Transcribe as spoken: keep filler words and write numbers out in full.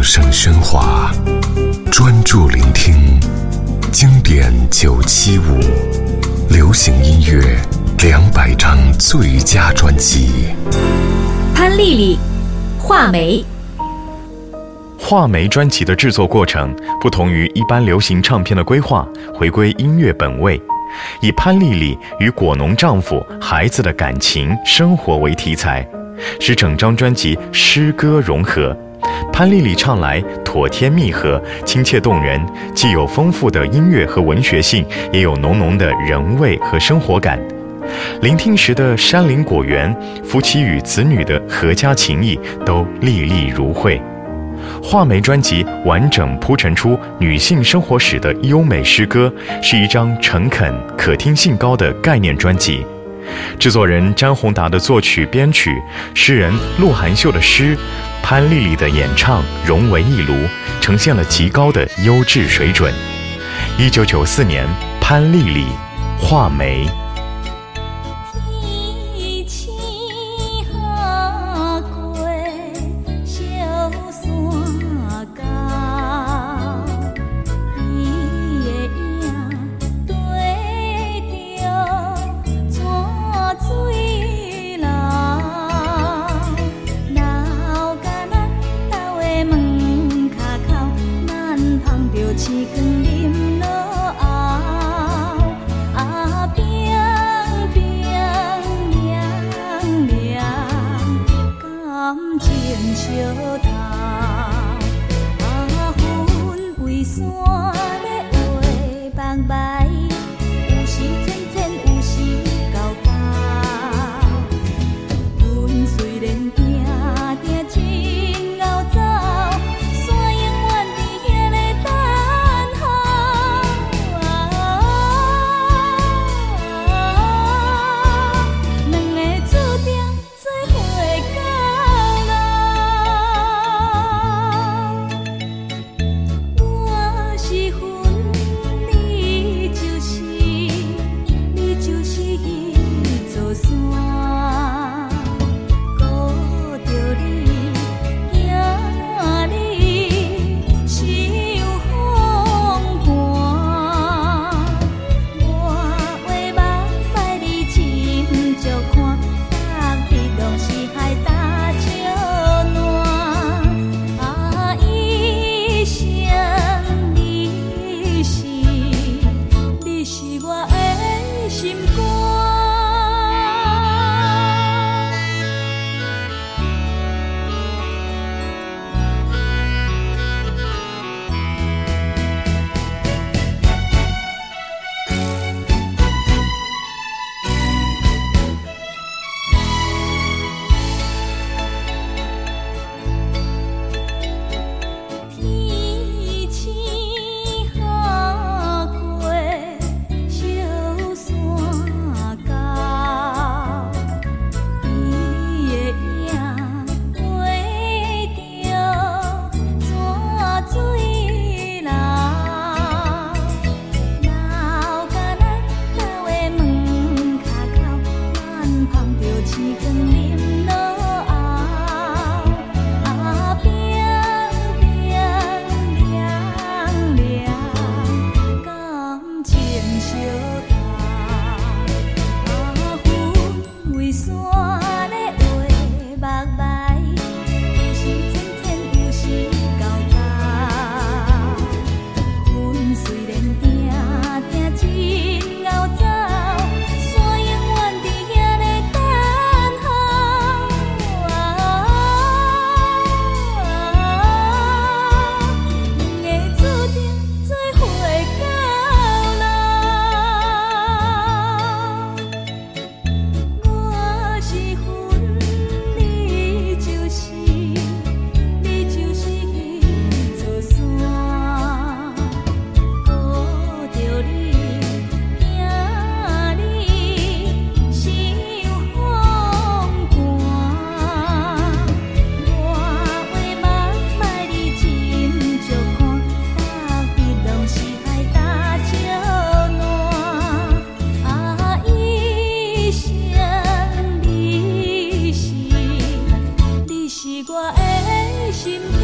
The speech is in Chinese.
声喧哗，专注聆听经典九七五，流行音乐两百张最佳专辑。 潘丽丽，画眉。 画眉专辑的制作过程不同于一般流行唱片的规划，回归音乐本位，以潘丽丽与果农丈夫、孩子的感情生活为题材，使整张专辑诗歌融合。潘丽丽唱来妥帖密合，亲切动人，既有丰富的音乐和文学性，也有浓浓的人味和生活感。聆听时的山林果园，夫妻与子女的阖家情谊都历历如绘。画眉专辑完整铺陈出女性生活史的优美诗歌，是一张诚恳、可听性高的概念专辑。制作人詹宏达的作曲编曲，诗人鹿晗秀的诗，潘丽丽的演唱融为一炉，呈现了极高的优质水准。一九九四年，潘丽丽，画眉。 我的心。